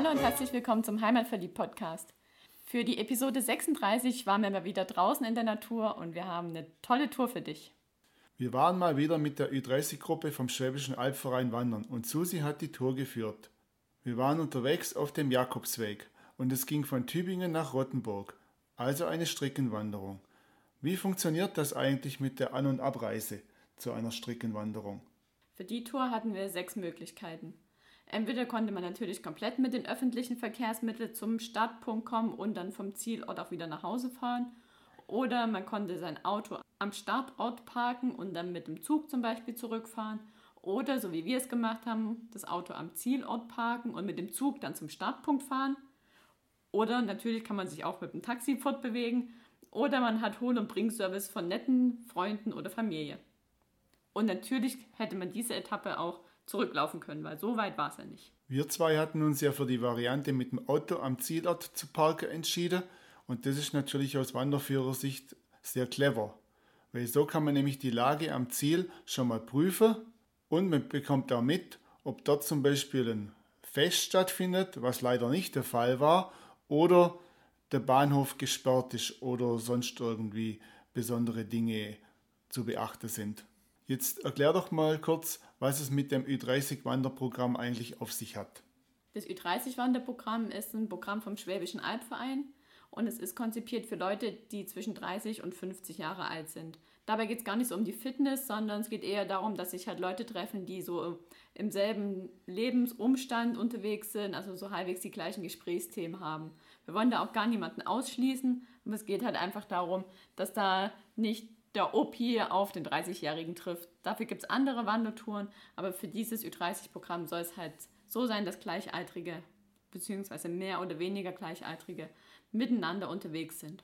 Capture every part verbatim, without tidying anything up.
Hallo und herzlich willkommen zum Heimatverliebt-Podcast. Für die Episode sechsunddreißig waren wir mal wieder draußen in der Natur und wir haben eine tolle Tour für dich. Wir waren mal wieder mit der Ü dreißig Gruppe vom Schwäbischen Albverein wandern und Susi hat die Tour geführt. Wir waren unterwegs auf dem Jakobsweg und es ging von Tübingen nach Rottenburg, also eine Streckenwanderung. Wie funktioniert das eigentlich mit der An- und Abreise zu einer Streckenwanderung? Für die Tour hatten wir sechs Möglichkeiten. Entweder konnte man natürlich komplett mit den öffentlichen Verkehrsmitteln zum Startpunkt kommen und dann vom Zielort auch wieder nach Hause fahren. Oder man konnte sein Auto am Startort parken und dann mit dem Zug zum Beispiel zurückfahren. Oder, so wie wir es gemacht haben, das Auto am Zielort parken und mit dem Zug dann zum Startpunkt fahren. Oder natürlich kann man sich auch mit dem Taxi fortbewegen. Oder man hat Hol- und Bringservice von netten Freunden oder Familie. Und natürlich hätte man diese Etappe auch zurücklaufen können, weil so weit war es ja nicht. Wir zwei hatten uns ja für die Variante mit dem Auto am Zielort zu parken entschieden und das ist natürlich aus Wanderführersicht sehr clever, weil so kann man nämlich die Lage am Ziel schon mal prüfen und man bekommt auch mit, ob dort zum Beispiel ein Fest stattfindet, was leider nicht der Fall war, oder der Bahnhof gesperrt ist oder sonst irgendwie besondere Dinge zu beachten sind. Jetzt erklär doch mal kurz, was es mit dem Ü dreißig Wanderprogramm eigentlich auf sich hat. Das Ü dreißig Wanderprogramm ist ein Programm vom Schwäbischen Albverein und es ist konzipiert für Leute, die zwischen dreißig und fünfzig Jahre alt sind. Dabei geht es gar nicht so um die Fitness, sondern es geht eher darum, dass sich halt Leute treffen, die so im selben Lebensumstand unterwegs sind, also so halbwegs die gleichen Gesprächsthemen haben. Wir wollen da auch gar niemanden ausschließen, aber es geht halt einfach darum, dass da nicht der Opi auf den dreißigjährigen trifft. Dafür gibt es andere Wandertouren, aber für dieses Ü dreißig Programm soll es halt so sein, dass Gleichaltrige bzw. mehr oder weniger Gleichaltrige miteinander unterwegs sind.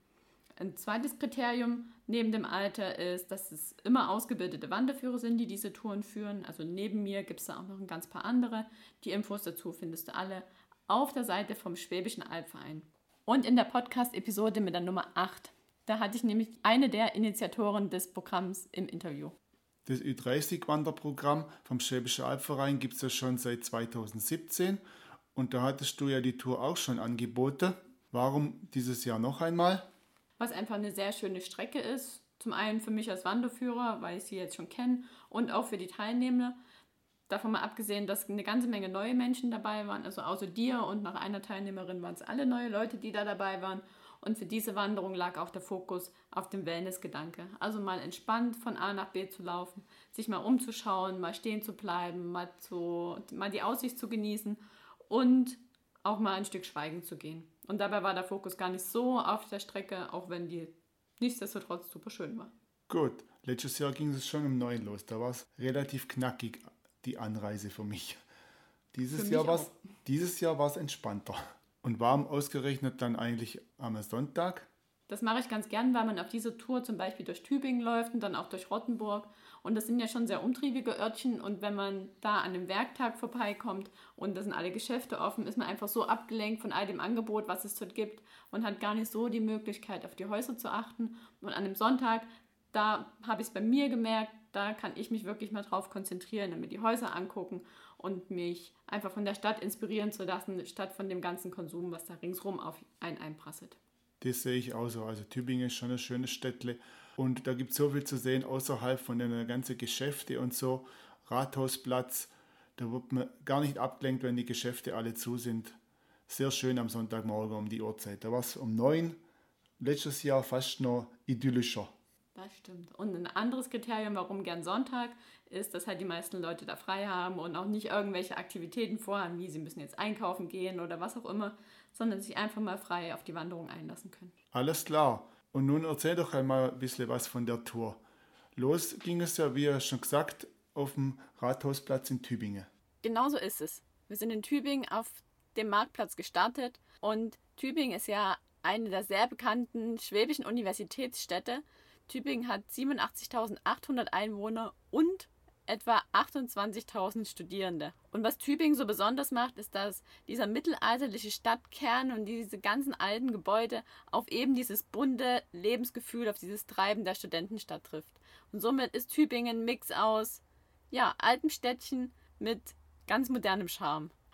Ein zweites Kriterium neben dem Alter ist, dass es immer ausgebildete Wanderführer sind, die diese Touren führen. Also neben mir gibt es da auch noch ein ganz paar andere. Die Infos dazu findest du alle auf der Seite vom Schwäbischen Albverein. Und in der Podcast-Episode mit der Nummer acht. Da hatte ich nämlich eine der Initiatoren des Programms im Interview. Das Ü dreißig Wanderprogramm vom Schwäbischen Albverein gibt es ja schon seit zweitausendsiebzehn und da hattest du ja die Tour auch schon angeboten. Warum dieses Jahr noch einmal? Was einfach eine sehr schöne Strecke ist. Zum einen für mich als Wanderführer, weil ich sie jetzt schon kenne, und auch für die Teilnehmer. Davon mal abgesehen, dass eine ganze Menge neue Menschen dabei waren, also außer dir und nach einer Teilnehmerin waren es alle neue Leute, die da dabei waren. Und für diese Wanderung lag auch der Fokus auf dem Wellness-Gedanke. Also mal entspannt von A nach B zu laufen, sich mal umzuschauen, mal stehen zu bleiben, mal, zu, mal die Aussicht zu genießen und auch mal ein Stück schweigen zu gehen. Und dabei war der Fokus gar nicht so auf der Strecke, auch wenn die nichtsdestotrotz super schön war. Gut, letztes Jahr ging es schon um neun los. Da war es relativ knackig, die Anreise für mich. Dieses, für Jahr, mich war's, dieses Jahr war es entspannter. Und warum ausgerechnet dann eigentlich am Sonntag? Das mache ich ganz gern, weil man auf dieser Tour zum Beispiel durch Tübingen läuft und dann auch durch Rottenburg. Und das sind ja schon sehr umtriebige Örtchen. Und wenn man da an einem Werktag vorbeikommt und da sind alle Geschäfte offen, ist man einfach so abgelenkt von all dem Angebot, was es dort gibt und hat gar nicht so die Möglichkeit, auf die Häuser zu achten. Und an einem Sonntag, da habe ich es bei mir gemerkt, da kann ich mich wirklich mal drauf konzentrieren und mir die Häuser angucken und mich einfach von der Stadt inspirieren zu lassen, statt von dem ganzen Konsum, was da ringsrum auf einen einprasselt. Das sehe ich auch so. Also Tübingen ist schon ein schönes Städtle und da gibt es so viel zu sehen außerhalb von den ganzen Geschäfte und so. Rathausplatz, da wird man gar nicht abgelenkt, wenn die Geschäfte alle zu sind. Sehr schön am Sonntagmorgen um die Uhrzeit. Da war es um neun, letztes Jahr fast noch idyllischer. Das stimmt. Und ein anderes Kriterium, warum gern Sonntag, ist, dass halt die meisten Leute da frei haben und auch nicht irgendwelche Aktivitäten vorhaben, wie sie müssen jetzt einkaufen gehen oder was auch immer, sondern sich einfach mal frei auf die Wanderung einlassen können. Alles klar. Und nun erzähl doch einmal ein bisschen was von der Tour. Los ging es ja, wie schon gesagt, auf dem Rathausplatz in Tübingen. Genauso ist es. Wir sind in Tübingen auf dem Marktplatz gestartet und Tübingen ist ja eine der sehr bekannten schwäbischen Universitätsstädte. Tübingen hat siebenundachtzigtausendachthundert Einwohner und etwa achtundzwanzigtausend Studierende. Und was Tübingen so besonders macht, ist, dass dieser mittelalterliche Stadtkern und diese ganzen alten Gebäude auf eben dieses bunte Lebensgefühl, auf dieses Treiben der Studentenstadt trifft. Und somit ist Tübingen ein Mix aus ja, altem Städtchen mit ganz modernem Charme.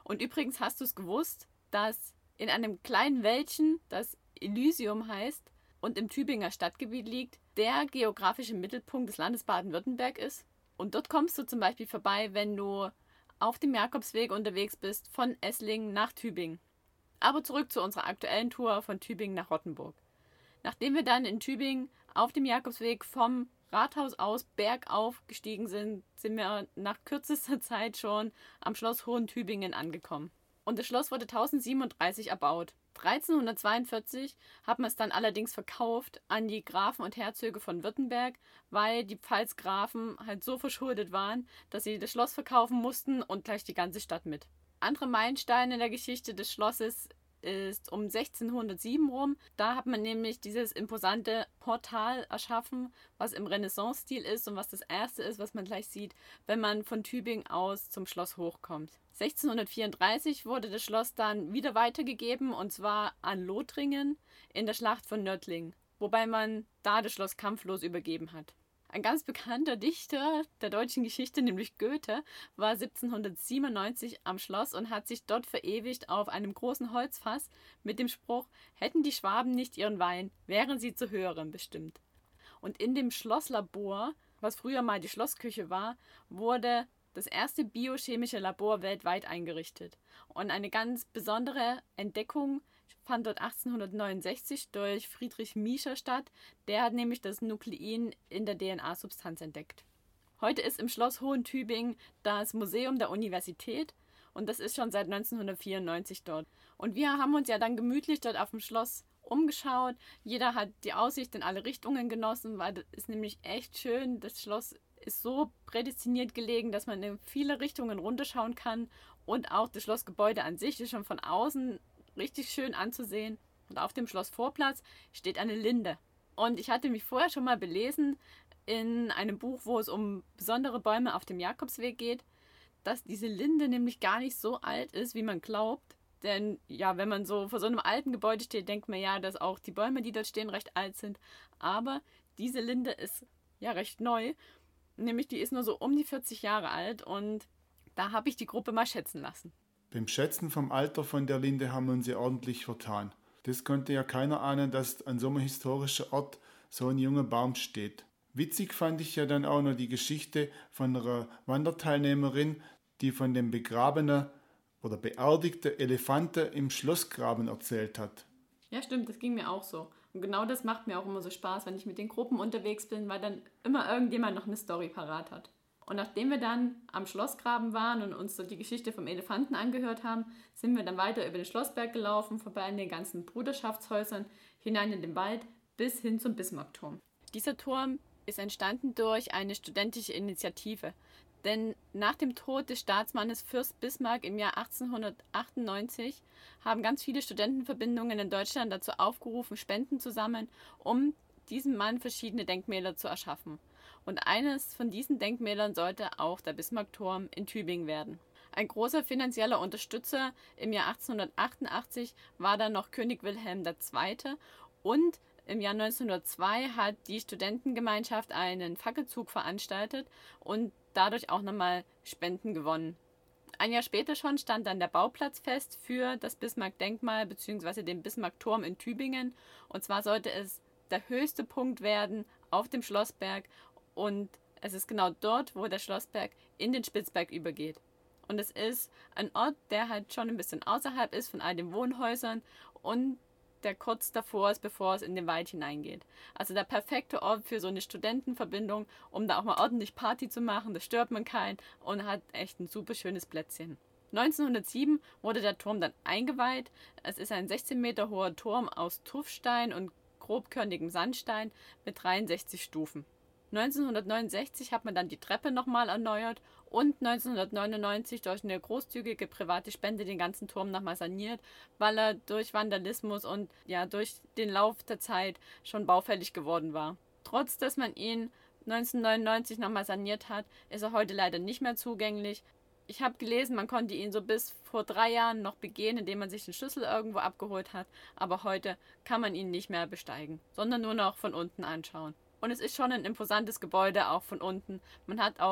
Und übrigens hast du es gewusst, dass in einem kleinen Wäldchen, das Elysium heißt und im Tübinger Stadtgebiet liegt, der geografische Mittelpunkt des Landes Baden-Württemberg ist. Und dort kommst du zum Beispiel vorbei, wenn du auf dem Jakobsweg unterwegs bist von Esslingen nach Tübingen. Aber zurück zu unserer aktuellen Tour von Tübingen nach Rottenburg. Nachdem wir dann in Tübingen auf dem Jakobsweg vom Rathaus aus bergauf gestiegen sind, sind wir nach kürzester Zeit schon am Schloss Hohentübingen angekommen. Und das Schloss wurde tausendsiebenunddreißig erbaut. dreizehnhundertzweiundvierzig hat man es dann allerdings verkauft an die Grafen und Herzöge von Württemberg, weil die Pfalzgrafen halt so verschuldet waren, dass sie das Schloss verkaufen mussten und gleich die ganze Stadt mit. Andere Meilensteine in der Geschichte des Schlosses ist um sechzehnhundertsieben rum. Da hat man nämlich dieses imposante Portal erschaffen, was im Renaissance-Stil ist und was das erste ist, was man gleich sieht, wenn man von Tübingen aus zum Schloss hochkommt. sechzehnhundertvierunddreißig wurde das Schloss dann wieder weitergegeben, und zwar an Lothringen in der Schlacht von Nördlingen, wobei man da das Schloss kampflos übergeben hat. Ein ganz bekannter Dichter der deutschen Geschichte, nämlich Goethe, war siebzehnhundertsiebenundneunzig am Schloss und hat sich dort verewigt auf einem großen Holzfass mit dem Spruch: Hätten die Schwaben nicht ihren Wein, wären sie zu höherem bestimmt. Und in dem Schlosslabor, was früher mal die Schlossküche war, wurde das erste biochemische Labor weltweit eingerichtet. Und eine ganz besondere Entdeckung fand dort achtzehnhundertneunundsechzig durch Friedrich Miescher statt. Der hat nämlich das Nuklein in der D N A-Substanz entdeckt. Heute ist im Schloss Hohentübingen das Museum der Universität und das ist schon seit neunzehnhundertvierundneunzig dort. Und wir haben uns ja dann gemütlich dort auf dem Schloss umgeschaut. Jeder hat die Aussicht in alle Richtungen genossen, weil das ist nämlich echt schön. Das Schloss ist so prädestiniert gelegen, dass man in viele Richtungen runterschauen kann, und auch das Schlossgebäude an sich ist schon von außen richtig schön anzusehen. Und auf dem Schlossvorplatz steht eine Linde. Und ich hatte mich vorher schon mal belesen in einem Buch, wo es um besondere Bäume auf dem Jakobsweg geht, dass diese Linde nämlich gar nicht so alt ist, wie man glaubt. Denn ja, wenn man so vor so einem alten Gebäude steht, denkt man ja, dass auch die Bäume, die dort stehen, recht alt sind. Aber diese Linde ist ja recht neu. Nämlich die ist nur so um die vierzig Jahre alt, und da habe ich die Gruppe mal schätzen lassen. Beim Schätzen vom Alter von der Linde haben wir uns ja ordentlich vertan. Das konnte ja keiner ahnen, dass an so einem historischen Ort so ein junger Baum steht. Witzig fand ich ja dann auch noch die Geschichte von einer Wanderteilnehmerin, die von dem begrabenen oder beerdigten Elefanten im Schlossgraben erzählt hat. Ja, stimmt, das ging mir auch so. Und genau das macht mir auch immer so Spaß, wenn ich mit den Gruppen unterwegs bin, weil dann immer irgendjemand noch eine Story parat hat. Und nachdem wir dann am Schlossgraben waren und uns so die Geschichte vom Elefanten angehört haben, sind wir dann weiter über den Schlossberg gelaufen, vorbei an den ganzen Bruderschaftshäusern, hinein in den Wald bis hin zum Bismarckturm. Dieser Turm ist entstanden durch eine studentische Initiative. Denn nach dem Tod des Staatsmannes Fürst Bismarck im Jahr achtzehnhundertachtundneunzig haben ganz viele Studentenverbindungen in Deutschland dazu aufgerufen, Spenden zu sammeln, um diesem Mann verschiedene Denkmäler zu erschaffen. Und eines von diesen Denkmälern sollte auch der Bismarckturm in Tübingen werden. Ein großer finanzieller Unterstützer im Jahr achtzehnhundertachtundachtzig war dann noch König Wilhelm der Zweite. Und im Jahr neunzehnhundertzwei hat die Studentengemeinschaft einen Fackelzug veranstaltet und dadurch auch nochmal Spenden gewonnen. Ein Jahr später schon stand dann der Bauplatz fest für das Bismarck-Denkmal bzw. den Bismarckturm in Tübingen. Und zwar sollte es der höchste Punkt werden auf dem Schlossberg, und es ist genau dort, wo der Schlossberg in den Spitzberg übergeht. Und es ist ein Ort, der halt schon ein bisschen außerhalb ist von all den Wohnhäusern und der kurz davor ist, bevor es in den Wald hineingeht. Also der perfekte Ort für so eine Studentenverbindung, um da auch mal ordentlich Party zu machen. Da stört man keinen und hat echt ein super schönes Plätzchen. neunzehnhundertsieben wurde der Turm dann eingeweiht. Es ist ein sechzehn Meter hoher Turm aus Tuffstein und grobkörnigem Sandstein mit dreiundsechzig Stufen. neunzehnhundertneunundsechzig hat man dann die Treppe nochmal erneuert und neunzehnhundertneunundneunzig durch eine großzügige private Spende den ganzen Turm nochmal saniert, weil er durch Vandalismus und ja durch den Lauf der Zeit schon baufällig geworden war. Trotz dass man ihn neunzehnhundertneunundneunzig nochmal saniert hat, ist er heute leider nicht mehr zugänglich. Ich habe gelesen, man konnte ihn so bis vor drei Jahren noch begehen, indem man sich den Schlüssel irgendwo abgeholt hat, aber heute kann man ihn nicht mehr besteigen, sondern nur noch von unten anschauen. Und es ist schon ein imposantes Gebäude, auch von unten. Man hat auch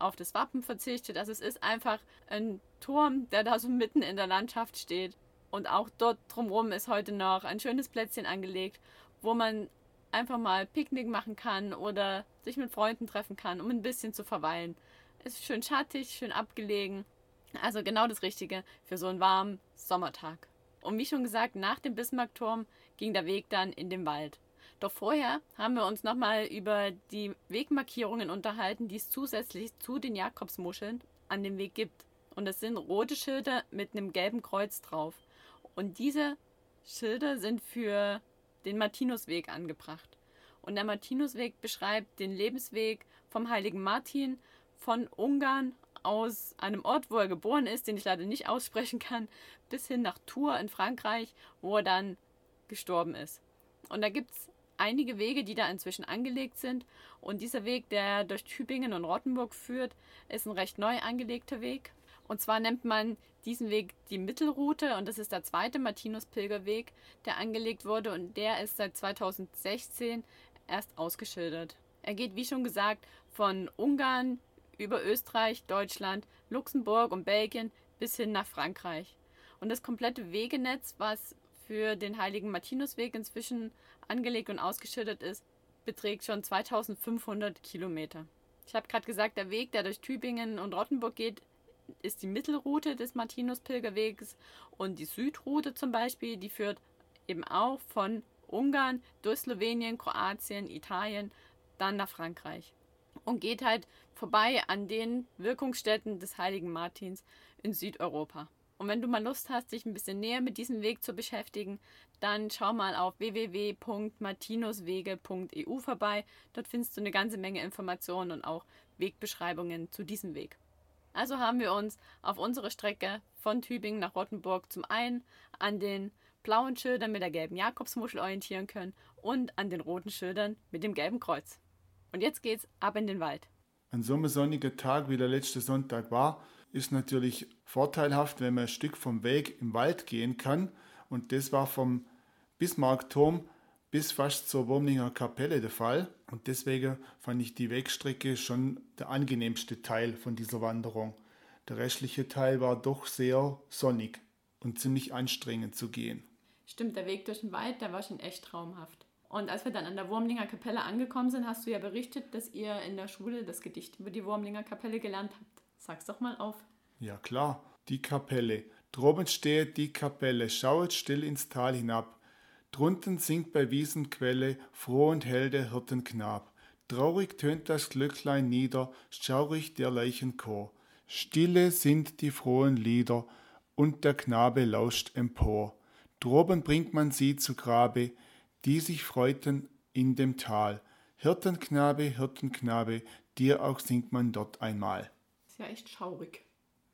auf das Wappen verzichtet. Also es ist einfach ein Turm, der da so mitten in der Landschaft steht. Und auch dort drumherum ist heute noch ein schönes Plätzchen angelegt, wo man einfach mal Picknick machen kann oder sich mit Freunden treffen kann, um ein bisschen zu verweilen. Es ist schön schattig, schön abgelegen. Also genau das Richtige für so einen warmen Sommertag. Und wie schon gesagt, nach dem Bismarckturm ging der Weg dann in den Wald. Doch vorher haben wir uns nochmal über die Wegmarkierungen unterhalten, die es zusätzlich zu den Jakobsmuscheln an dem Weg gibt. Und das sind rote Schilder mit einem gelben Kreuz drauf. Und diese Schilder sind für den Martinusweg angebracht. Und der Martinusweg beschreibt den Lebensweg vom heiligen Martin von Ungarn aus einem Ort, wo er geboren ist, den ich leider nicht aussprechen kann, bis hin nach Tours in Frankreich, wo er dann gestorben ist. Und da gibt es einige Wege, die da inzwischen angelegt sind. Und dieser Weg, der durch Tübingen und Rottenburg führt, ist ein recht neu angelegter Weg. Und zwar nennt man diesen Weg die Mittelroute und das ist der zweite Martinus-Pilgerweg, der angelegt wurde und der ist seit zweitausendsechzehn erst ausgeschildert. Er geht, wie schon gesagt, von Ungarn über Österreich, Deutschland, Luxemburg und Belgien bis hin nach Frankreich. Und das komplette Wegenetz, was für den heiligen Martinusweg inzwischen angelegt und ausgeschildert ist, beträgt schon zweitausendfünfhundert Kilometer. Ich habe gerade gesagt, der Weg, der durch Tübingen und Rottenburg geht, ist die Mittelroute des Martinus-Pilgerwegs und die Südroute zum Beispiel, die führt eben auch von Ungarn durch Slowenien, Kroatien, Italien, dann nach Frankreich und geht halt vorbei an den Wirkungsstätten des heiligen Martins in Südeuropa. Und wenn du mal Lust hast, dich ein bisschen näher mit diesem Weg zu beschäftigen, dann schau mal auf w w w punkt martinuswege punkt e u vorbei. Dort findest du eine ganze Menge Informationen und auch Wegbeschreibungen zu diesem Weg. Also haben wir uns auf unsere Strecke von Tübingen nach Rottenburg zum einen an den blauen Schildern mit der gelben Jakobsmuschel orientieren können und an den roten Schildern mit dem gelben Kreuz. Und jetzt geht's ab in den Wald. An so einem sonnigen Tag, wie der letzte Sonntag war, ist natürlich vorteilhaft, wenn man ein Stück vom Weg im Wald gehen kann. Und das war vom Bismarckturm bis fast zur Wurmlinger Kapelle der Fall. Und deswegen fand ich die Wegstrecke schon der angenehmste Teil von dieser Wanderung. Der restliche Teil war doch sehr sonnig und ziemlich anstrengend zu gehen. Stimmt, der Weg durch den Wald, der war schon echt traumhaft. Und als wir dann an der Wurmlinger Kapelle angekommen sind, hast du ja berichtet, dass ihr in der Schule das Gedicht über die Wurmlinger Kapelle gelernt habt. Sag's doch mal auf. Ja klar, die Kapelle. Droben steht die Kapelle, schauet still ins Tal hinab. Drunten singt bei Wiesenquelle froh und hell der Hirtenknab. Traurig tönt das Glöcklein nieder, schaurig der Leichenchor. Stille sind die frohen Lieder und der Knabe lauscht empor. Droben bringt man sie zu Grabe, die sich freuten in dem Tal. Hirtenknabe, Hirtenknabe, dir auch singt man dort einmal. Ist ja echt schaurig.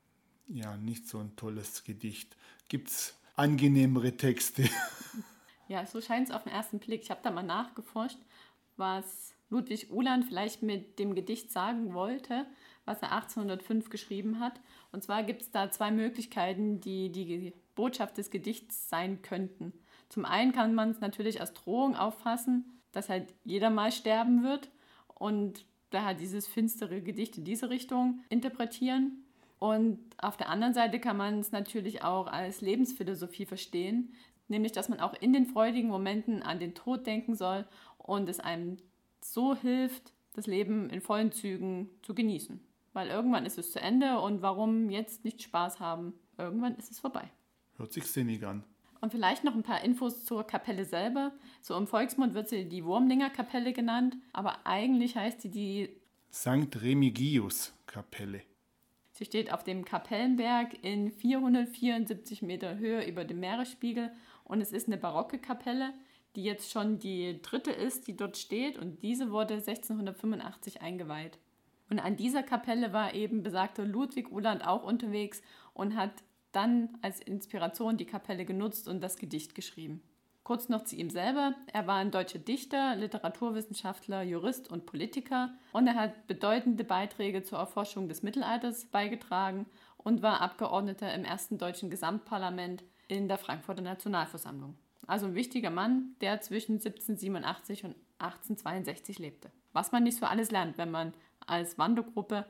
Ja, nicht so ein tolles Gedicht. Gibt's angenehmere Texte? Ja, so scheint es auf den ersten Blick. Ich habe da mal nachgeforscht, was Ludwig Uhland vielleicht mit dem Gedicht sagen wollte, was er achtzehnhundertfünf geschrieben hat. Und zwar gibt es da zwei Möglichkeiten, die die Botschaft des Gedichts sein könnten. Zum einen kann man es natürlich als Drohung auffassen, dass halt jeder mal sterben wird und daher dieses finstere Gedicht in diese Richtung interpretieren. Und auf der anderen Seite kann man es natürlich auch als Lebensphilosophie verstehen, nämlich dass man auch in den freudigen Momenten an den Tod denken soll und es einem so hilft, das Leben in vollen Zügen zu genießen. Weil irgendwann ist es zu Ende und warum jetzt nicht Spaß haben? Irgendwann ist es vorbei. Hört sich sinnig an. Und vielleicht noch ein paar Infos zur Kapelle selber. So im Volksmund wird sie die Wurmlinger Kapelle genannt, aber eigentlich heißt sie die Sankt Remigius Kapelle. Sie steht auf dem Kapellenberg in vierhundertvierundsiebzig Meter Höhe über dem Meeresspiegel und es ist eine barocke Kapelle, die jetzt schon die dritte ist, die dort steht und diese wurde sechzehnhundertfünfundachtzig eingeweiht. Und an dieser Kapelle war eben besagter Ludwig Uhland auch unterwegs und hat dann als Inspiration die Kapelle genutzt und das Gedicht geschrieben. Kurz noch zu ihm selber. Er war ein deutscher Dichter, Literaturwissenschaftler, Jurist und Politiker und er hat bedeutende Beiträge zur Erforschung des Mittelalters beigetragen und war Abgeordneter im ersten deutschen Gesamtparlament in der Frankfurter Nationalversammlung. Also ein wichtiger Mann, der zwischen siebzehnhundertsiebenundachtzig und achtzehnhundertzweiundsechzig lebte. Was man nicht so alles lernt, wenn man als Wandergruppe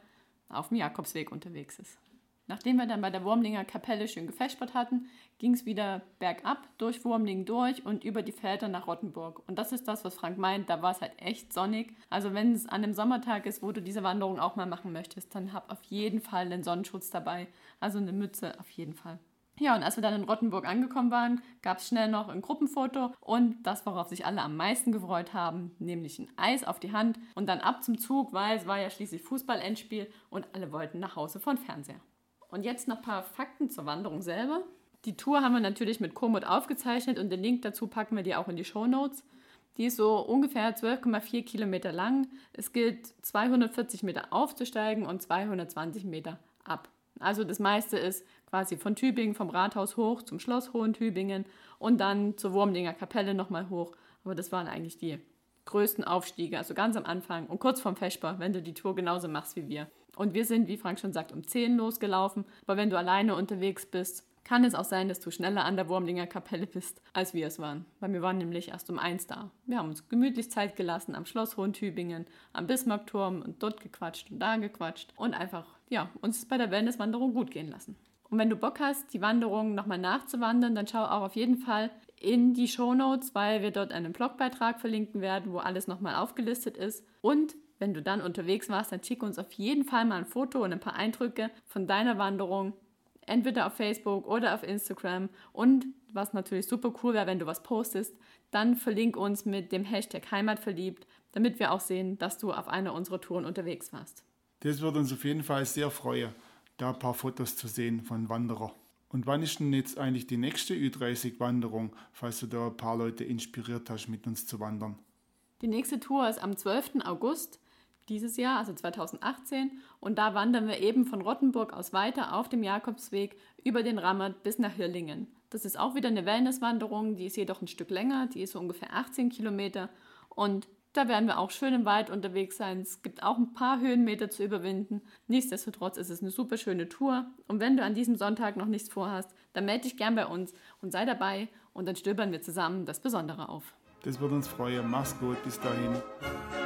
auf dem Jakobsweg unterwegs ist. Nachdem wir dann bei der Wurmlinger Kapelle schön gefespert hatten, ging es wieder bergab, durch Wurmlingen durch und über die Felder nach Rottenburg. Und das ist das, was Frank meint, da war es halt echt sonnig. Also wenn es an einem Sommertag ist, wo du diese Wanderung auch mal machen möchtest, dann hab auf jeden Fall einen Sonnenschutz dabei, also eine Mütze auf jeden Fall. Ja, und als wir dann in Rottenburg angekommen waren, gab es schnell noch ein Gruppenfoto und das, worauf sich alle am meisten gefreut haben, nämlich ein Eis auf die Hand und dann ab zum Zug, weil es war ja schließlich Fußball-Endspiel und alle wollten nach Hause von Fernseher. Und jetzt noch ein paar Fakten zur Wanderung selber. Die Tour haben wir natürlich mit Komoot aufgezeichnet und den Link dazu packen wir dir auch in die Shownotes. Die ist so ungefähr zwölf Komma vier Kilometer lang. Es gilt zweihundertvierzig Meter aufzusteigen und zweihundertzwanzig Meter ab. Also das meiste ist quasi von Tübingen, vom Rathaus hoch zum Schloss Hohentübingen und dann zur Wurmlinger Kapelle nochmal hoch. Aber das waren eigentlich die größten Aufstiege, also ganz am Anfang und kurz vorm Vesper, wenn du die Tour genauso machst wie wir. Und wir sind, wie Frank schon sagt, um zehn losgelaufen. Aber wenn du alleine unterwegs bist, kann es auch sein, dass du schneller an der Wurmlinger Kapelle bist, als wir es waren. Weil wir waren nämlich erst um eins da. Wir haben uns gemütlich Zeit gelassen am Schloss Hohentübingen, am Bismarckturm und dort gequatscht und da gequatscht. Und einfach, ja, uns bei der Wellnesswanderung gut gehen lassen. Und wenn du Bock hast, die Wanderung nochmal nachzuwandern, dann schau auch auf jeden Fall in die Shownotes, weil wir dort einen Blogbeitrag verlinken werden, wo alles nochmal aufgelistet ist. Und wenn du dann unterwegs warst, dann schick uns auf jeden Fall mal ein Foto und ein paar Eindrücke von deiner Wanderung, entweder auf Facebook oder auf Instagram. Und was natürlich super cool wäre, wenn du was postest, dann verlink uns mit dem Hashtag Heimatverliebt, damit wir auch sehen, dass du auf einer unserer Touren unterwegs warst. Das würde uns auf jeden Fall sehr freuen, da ein paar Fotos zu sehen von Wanderer. Und wann ist denn jetzt eigentlich die nächste Ü dreißig Wanderung, falls du da ein paar Leute inspiriert hast, mit uns zu wandern? Die nächste Tour ist am zwölften August dieses Jahr, also zweitausendachtzehn. Und da wandern wir eben von Rottenburg aus weiter auf dem Jakobsweg über den Rammert bis nach Hirlingen. Das ist auch wieder eine Wellnesswanderung, die ist jedoch ein Stück länger, die ist so ungefähr achtzehn Kilometer. Und da werden wir auch schön im Wald unterwegs sein. Es gibt auch ein paar Höhenmeter zu überwinden. Nichtsdestotrotz ist es eine super schöne Tour. Und wenn du an diesem Sonntag noch nichts vorhast, dann melde dich gern bei uns und sei dabei. Und dann stöbern wir zusammen das Besondere auf. Das würde uns freuen. Mach's gut. Bis dahin.